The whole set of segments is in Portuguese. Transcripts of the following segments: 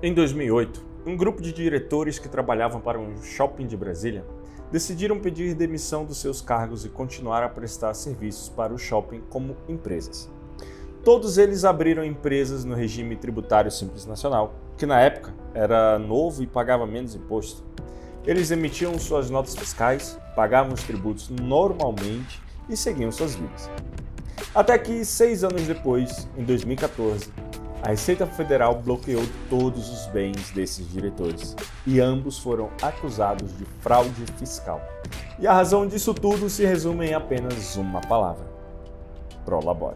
Em 2008, um grupo de diretores que trabalhavam para um shopping de Brasília decidiram pedir demissão dos seus cargos e continuar a prestar serviços para o shopping como empresas. Todos eles abriram empresas no regime tributário simples nacional, que na época era novo e pagava menos imposto. Eles emitiam suas notas fiscais, pagavam os tributos normalmente e seguiam suas vidas. Até que, 6 anos depois, em 2014, a Receita Federal bloqueou todos os bens desses diretores e ambos foram acusados de fraude fiscal. E a razão disso tudo se resume em apenas uma palavra: Prolabore.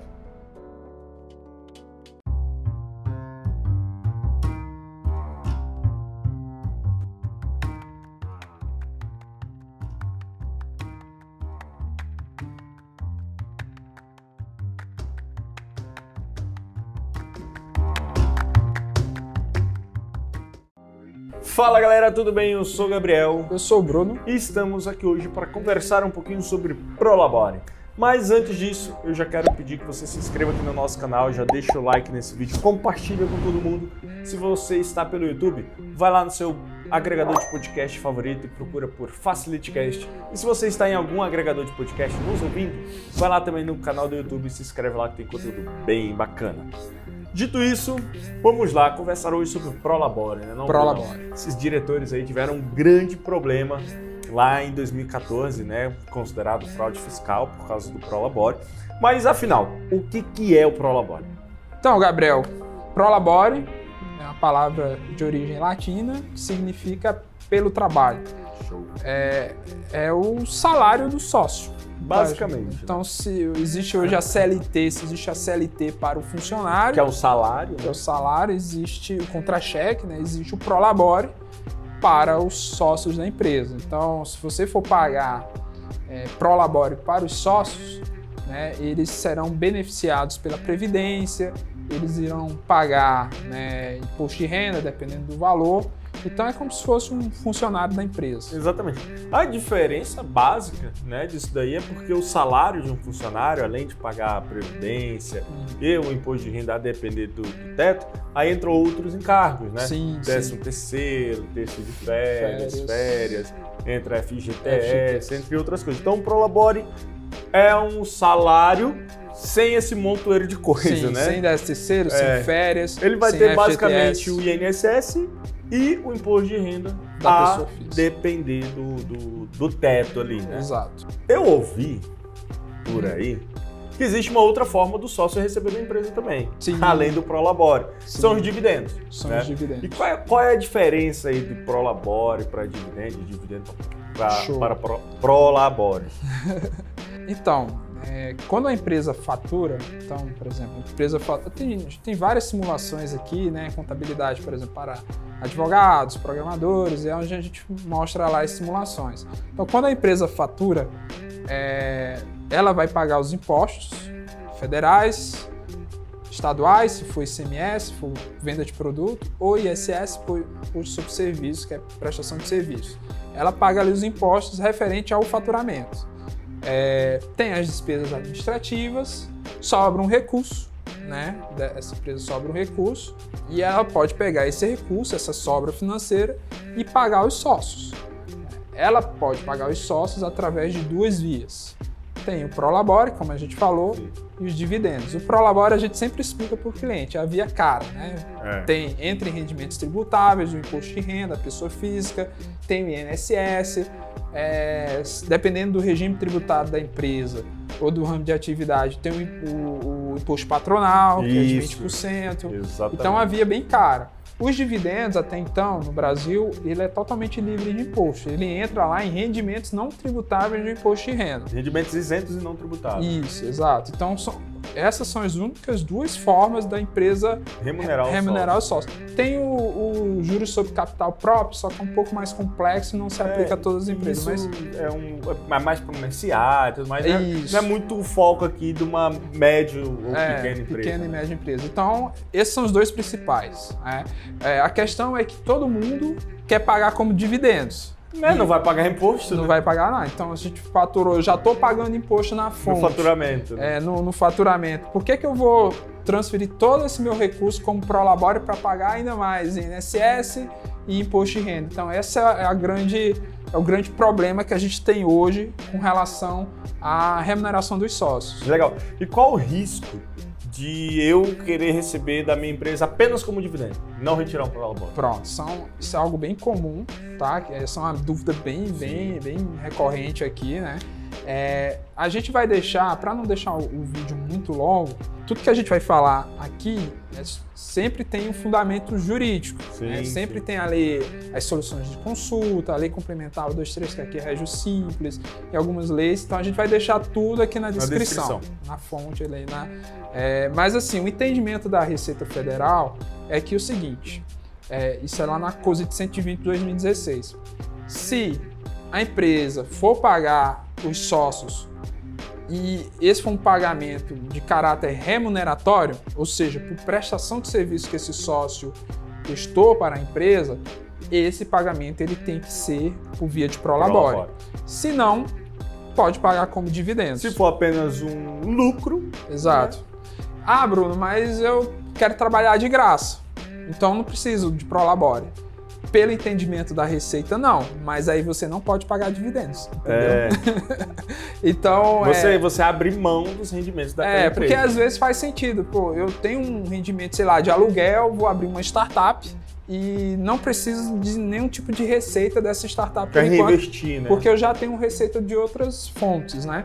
Fala galera, tudo bem? Eu sou o Gabriel. Eu sou o Bruno. E estamos aqui hoje para conversar um pouquinho sobre Prolabore. Mas antes disso, eu já quero pedir que você se inscreva aqui no nosso canal, já deixa o like nesse vídeo, compartilha com todo mundo. Se você está pelo YouTube, vai lá no seu agregador de podcast favorito e procura por FacilityCast. E se você está em algum agregador de podcast nos ouvindo, vai lá também no canal do YouTube e se inscreve lá que tem conteúdo bem bacana. Dito isso, vamos lá conversar hoje sobre o Prolabore, né? Prolabore. Esses diretores aí tiveram um grande problema lá em 2014, né? Considerado fraude fiscal por causa do Prolabore. Mas afinal, o que é o Prolabore? Então, Gabriel, Prolabore é uma palavra de origem latina que significa pelo trabalho. Show. É o salário do sócio. Basicamente. Então, se existe hoje a CLT, se existe a CLT para o funcionário, que é o salário, que é o salário, existe o contra-cheque, né? Existe o Prolabore para os sócios da empresa. Então, se você for pagar Prolabore para os sócios, né, eles serão beneficiados pela Previdência, eles irão pagar, né, imposto de renda, dependendo do valor. Então é como se fosse um funcionário da empresa. Exatamente. A diferença básica, né, disso daí é porque o salário de um funcionário, além de pagar a previdência e o imposto de renda a depender do teto, aí entram outros encargos, né? Sim, 13º, terço de férias, entra FGTS, entre outras coisas. Então o Prolabore é um salário sem esse montoeiro de coisa, sim, né? Sem 13º, sem férias. Ele vai sem ter FGTS. basicamente o INSS e o imposto de renda da a depender do teto ali, né? Exato. Eu ouvi por aí que existe uma outra forma do sócio receber da empresa também, sim, além do Prolabore. sim, são os dividendos. São né? os dividendos. E qual é a diferença aí de Prolabore para dividendo, de dividendo para Prolabore? Então, quando a empresa fatura, então, por exemplo, a empresa fatura, tem várias simulações aqui, né? Contabilidade, por exemplo, para advogados, programadores, é onde a gente mostra lá as simulações. Então, quando a empresa fatura, ela vai pagar os impostos federais, estaduais, se for ICMS, se for venda de produto, ou ISS, se for sobre serviço, que é prestação de serviço. Ela paga ali os impostos referente ao faturamento. Tem as despesas administrativas, sobra um recurso, né? Essa empresa sobra um recurso e ela pode pegar esse recurso, essa sobra financeira, e pagar os sócios. Ela pode pagar os sócios através de duas vias. Tem o Prolabore, como a gente falou, e os dividendos. O Prolabore a gente sempre explica para o cliente, é a via cara, né? Tem entre rendimentos tributáveis, o imposto de renda, a pessoa física, tem o INSS, dependendo do regime tributário da empresa ou do ramo de atividade, tem o imposto patronal, que é de 20%. Exatamente. Então a via é bem cara. Os dividendos, até então, no Brasil, ele é totalmente livre de imposto. Ele entra lá em rendimentos não tributáveis do imposto de renda. Rendimentos isentos e não tributáveis. Isso, exato. Então, essas são as únicas duas formas da empresa remunerar o sócio. Tem o juros sobre capital próprio, só que é um pouco mais complexo e não se aplica a todas as empresas. Isso é mais para comerciar e tudo mais. Não é muito o foco aqui de uma média ou pequena empresa. Pequena e média empresa. Então, esses são os dois principais. Né? A questão é que todo mundo quer pagar como dividendos. Não vai pagar imposto, Não né? vai pagar nada. Então, a gente faturou, já estou pagando imposto na fonte. No faturamento. No faturamento. Por que eu vou transferir todo esse meu recurso como prolabore para pagar ainda mais INSS e imposto de renda. Então, esse é o grande problema que a gente tem hoje com relação à remuneração dos sócios. Legal. E qual o risco de eu querer receber da minha empresa apenas como dividendo, não retirar um prolabore? Pronto, isso é algo bem comum, tá? Essa é uma dúvida bem recorrente aqui, né? A gente vai deixar, para não deixar o vídeo muito longo, tudo que a gente vai falar aqui sempre tem um fundamento jurídico. Sempre tem ali as soluções de consulta, a lei complementar 233, que aqui rege o simples, e algumas leis. Então a gente vai deixar tudo aqui na descrição. Na fonte ali. Mas assim, o entendimento da Receita Federal é que o seguinte, isso é lá na COSIT 120 de 2016. Se a empresa for pagar os sócios e esse for um pagamento de caráter remuneratório, ou seja, por prestação de serviço que esse sócio prestou para a empresa, esse pagamento ele tem que ser por via de prolabore. Se não, pode pagar como dividendos. Se for apenas um lucro... Exato. Bruno, mas eu quero trabalhar de graça, então não preciso de prolabore. Pelo entendimento da Receita, não. Mas aí você não pode pagar dividendos, entendeu? Então... Você abre mão dos rendimentos daquela empresa. Porque às vezes faz sentido. Pô, eu tenho um rendimento, sei lá, de aluguel, vou abrir uma startup e não preciso de nenhum tipo de receita dessa startup. Para reinvestir, né? Porque eu já tenho receita de outras fontes, né?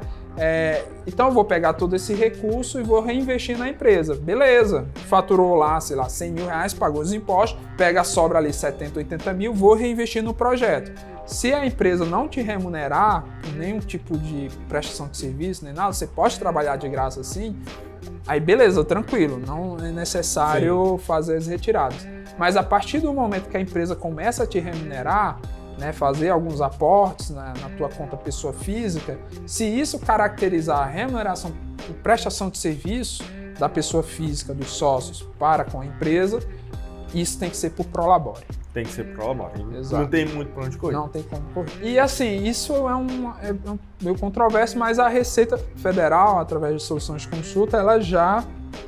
Então eu vou pegar todo esse recurso e vou reinvestir na empresa. Beleza, faturou lá, sei lá, 100 mil reais, pagou os impostos, pega a sobra ali 70, 80 mil, vou reinvestir no projeto. Se a empresa não te remunerar por nenhum tipo de prestação de serviço, nem nada, você pode trabalhar de graça assim, aí beleza, tranquilo, não é necessário fazer as retiradas. Mas a partir do momento que a empresa começa a te remunerar, né, fazer alguns aportes na tua conta pessoa física, se isso caracterizar a remuneração por prestação de serviço da pessoa física, dos sócios, para com a empresa, isso tem que ser por prolabore. Tem que ser prolabore. Exato. Não tem muito para onde correr. Não tem como correr. E assim, isso é meio controverso, mas a Receita Federal, através de soluções de consulta, ela já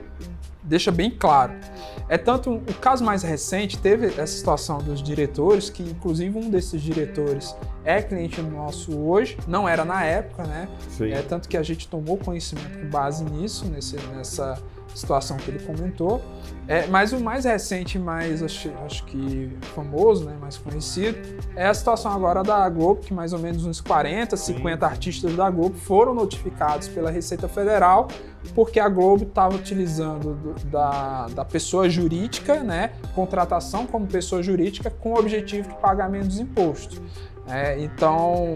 deixa bem claro. Tanto o caso mais recente teve essa situação dos diretores, que inclusive um desses diretores é cliente nosso hoje, não era na época, né? Tanto que a gente tomou conhecimento com base nisso, nessa situação que ele comentou. Mas o mais recente, mais acho que famoso, né, mais conhecido, é a situação agora da Globo, que mais ou menos uns 40, 50 artistas da Globo foram notificados pela Receita Federal porque a Globo estava utilizando da pessoa jurídica, né, contratação como pessoa jurídica com o objetivo de pagamento dos impostos. Então,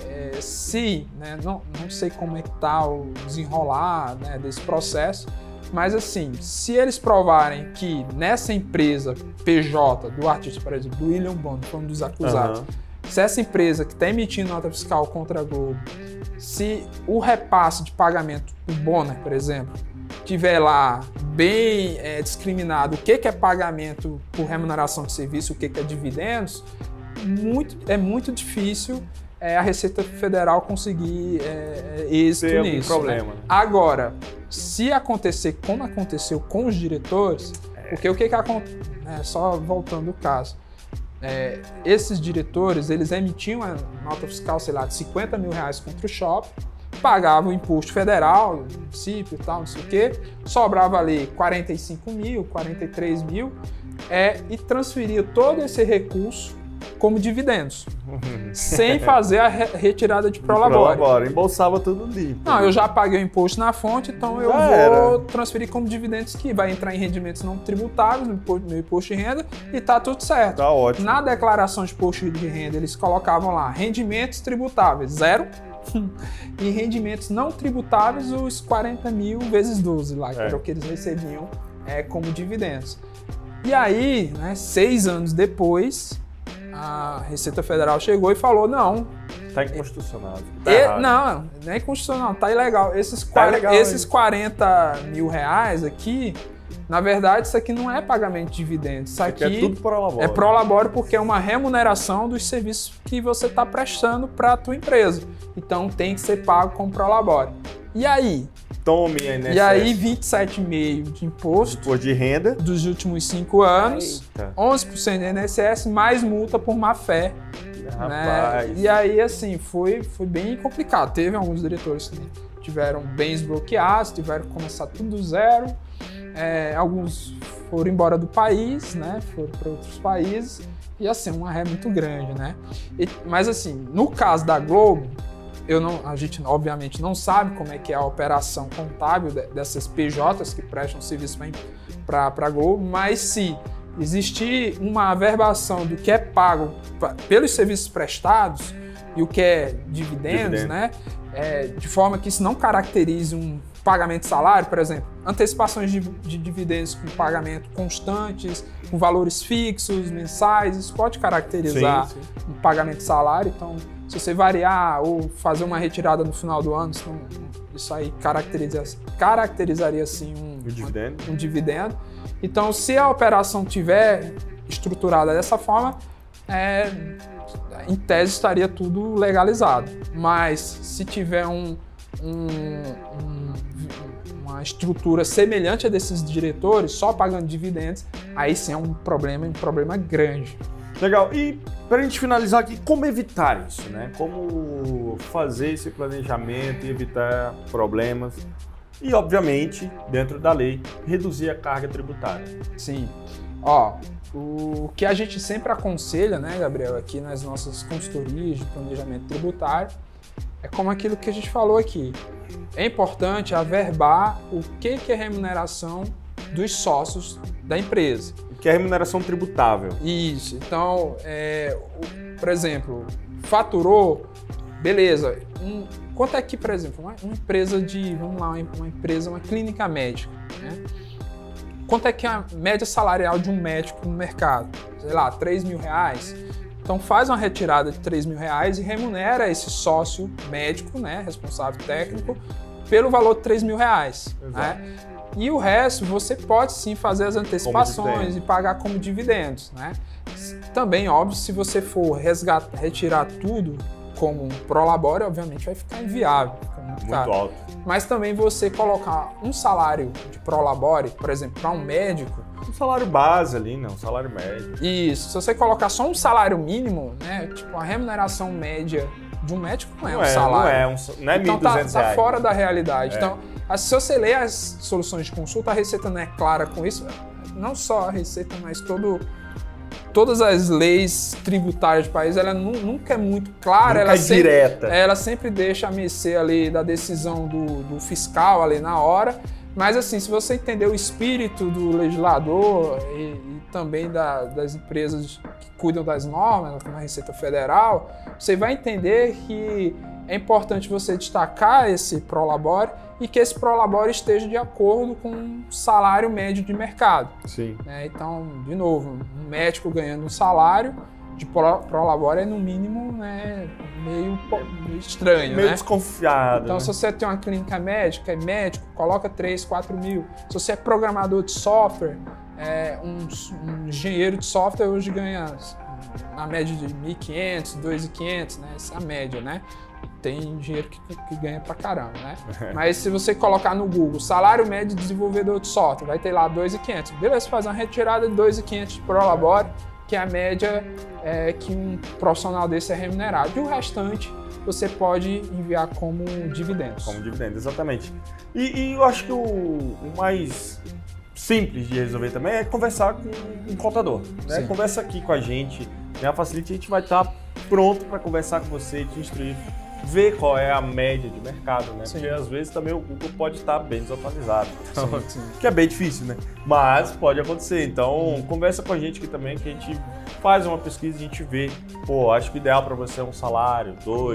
né, não sei como é que está o desenrolar, né, desse processo, mas assim, se eles provarem que nessa empresa PJ do artista, por exemplo, do William Bonner, foi um dos acusados, se essa empresa que está emitindo nota fiscal contra a Globo, se o repasse de pagamento do Bonner, por exemplo, tiver lá bem discriminado o que é pagamento por remuneração de serviço, o que é dividendos, é muito difícil a Receita Federal conseguir êxito nisso. Problema, né? Agora, se acontecer como aconteceu com os diretores, porque o que acontece, só voltando o caso, esses diretores, eles emitiam a nota fiscal, sei lá, de 50 mil reais contra o shopping, pagavam o imposto federal, município e tal, não sei o quê, sobrava ali 45 mil, 43 mil, e transferia todo esse recurso como dividendos, sem fazer a retirada de prolabore. Embolsava tudo limpo. Não, eu já paguei o imposto na fonte, então eu vou transferir como dividendos, que vai entrar em rendimentos não tributáveis no meu imposto de renda, e tá tudo certo. Tá ótimo. Na declaração de imposto de renda, eles colocavam lá rendimentos tributáveis, 0, e rendimentos não tributáveis, os 40 mil vezes 12 lá, que era o que eles recebiam como dividendos. E aí, né, 6 anos depois, a Receita Federal chegou e falou, não... Tá inconstitucional. Não é inconstitucional, tá ilegal. Esses 40 mil reais aqui, Na verdade, isso aqui não é pagamento de dividendos. Isso aqui é tudo prolabore. É prolabore porque é uma remuneração dos serviços que você está prestando para a tua empresa. Então, tem que ser pago com prolabore. E aí? Tome INSS. E aí, 27,5% de imposto de renda dos últimos 5 anos, Eita. 11% de INSS, mais multa por má fé. Né? E aí, assim, foi bem complicado. Teve alguns diretores que tiveram bens bloqueados, tiveram que começar tudo do zero. Alguns foram embora do país, né? Foram para outros países. E, assim, uma ré muito grande, né? Mas, assim, no caso da Globo, a gente obviamente não sabe como é que é a operação contábil dessas PJs que prestam serviço para a Globo, mas se existir uma averbação do que é pago pelos serviços prestados e o que é dividendos, né, de forma que isso não caracterize um pagamento de salário, por exemplo, antecipações de dividendos com pagamento constantes, com valores fixos, mensais, isso pode caracterizar um pagamento de salário. Então, se você variar ou fazer uma retirada no final do ano, isso aí caracterizaria sim um dividendo. Então, se a operação tiver estruturada dessa forma, em tese estaria tudo legalizado. Mas se tiver uma estrutura semelhante a desses diretores, só pagando dividendos, aí sim é um problema grande. Legal. E para a gente finalizar aqui, como evitar isso, né? Como fazer esse planejamento e evitar problemas e, obviamente, dentro da lei, reduzir a carga tributária. Sim. O que a gente sempre aconselha, né, Gabriel, aqui nas nossas consultorias de planejamento tributário, é como aquilo que a gente falou aqui. É importante averbar o que é remuneração dos sócios da empresa. Que é remuneração tributável. Isso. Então, por exemplo, faturou, beleza. Quanto é que, por exemplo, uma empresa uma clínica médica, né? Quanto é que é a média salarial de um médico no mercado? Sei lá, R$3.000. Então faz uma retirada de R$3.000 e remunera esse sócio médico, né, responsável técnico, pelo valor de R$3.000. Né? E o resto você pode sim fazer as antecipações e pagar como dividendos. Né? Também, óbvio, se você for retirar tudo como um prolabore, obviamente vai ficar inviável, fica muito caro. Alto. Mas também você colocar um salário de prolabore, por exemplo, para um médico, um salário base ali, né? Um salário médio. Isso. Se você colocar só um salário mínimo, né? Tipo, a remuneração média de um médico não é um salário. Não é então R$1.200. Tá fora da realidade. Então, se você ler as soluções de consulta, a Receita não é clara com isso. Não só a Receita, mas todas as leis tributárias do país, ela nunca é muito clara. Nunca é direta. Ela sempre deixa a mercê ali da decisão do fiscal ali na hora. Mas assim, se você entender o espírito do legislador e também das empresas que cuidam das normas, como a Receita Federal, você vai entender que é importante você destacar esse prolabore e que esse prolabore esteja de acordo com o salário médio de mercado. Sim. Então, de novo, um médico ganhando um salário de prolabore é no mínimo, né, meio estranho, meio né? desconfiado. Então, né? se você tem uma clínica médica, médico, coloca 3, 4 mil. Se você é programador de software, um engenheiro de software hoje ganha na média de 1.500, 2.500, né? Essa é a média, né? Tem engenheiro que ganha pra caramba, né? Mas se você colocar no Google salário médio de desenvolvedor de software, vai ter lá 2.500. Beleza, faz uma retirada de 2.500 de prolabore, que é a média que um profissional desse é remunerado. E o restante você pode enviar como dividendos. Como dividendos, exatamente. E eu acho que o mais simples de resolver também é conversar com um contador. Né? Conversa aqui com a gente, né? A Facility, a gente vai estar pronto para conversar com você, te instruir, ver qual é a média de mercado, né? Porque às vezes também o Google pode estar bem desatualizado, que é bem difícil, né? Mas pode acontecer, então conversa com a gente aqui também, que a gente faz uma pesquisa e a gente vê, acho que o ideal para você é um salário,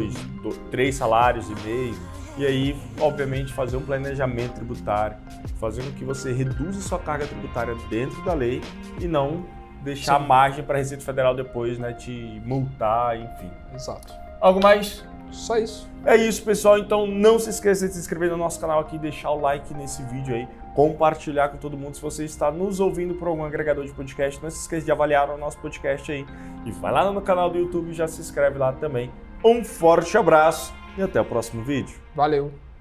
3 salários e meio, e aí, obviamente, fazer um planejamento tributário, fazendo com que você reduza sua carga tributária dentro da lei e não deixar margem para a Receita Federal depois, né, te multar, enfim. Exato. Algo mais? Só isso. É isso, pessoal. Então não se esqueça de se inscrever no nosso canal aqui, deixar o like nesse vídeo aí, compartilhar com todo mundo. Se você está nos ouvindo por algum agregador de podcast, não se esqueça de avaliar o nosso podcast aí. E vai lá no canal do YouTube e já se inscreve lá também. Um forte abraço e até o próximo vídeo. Valeu!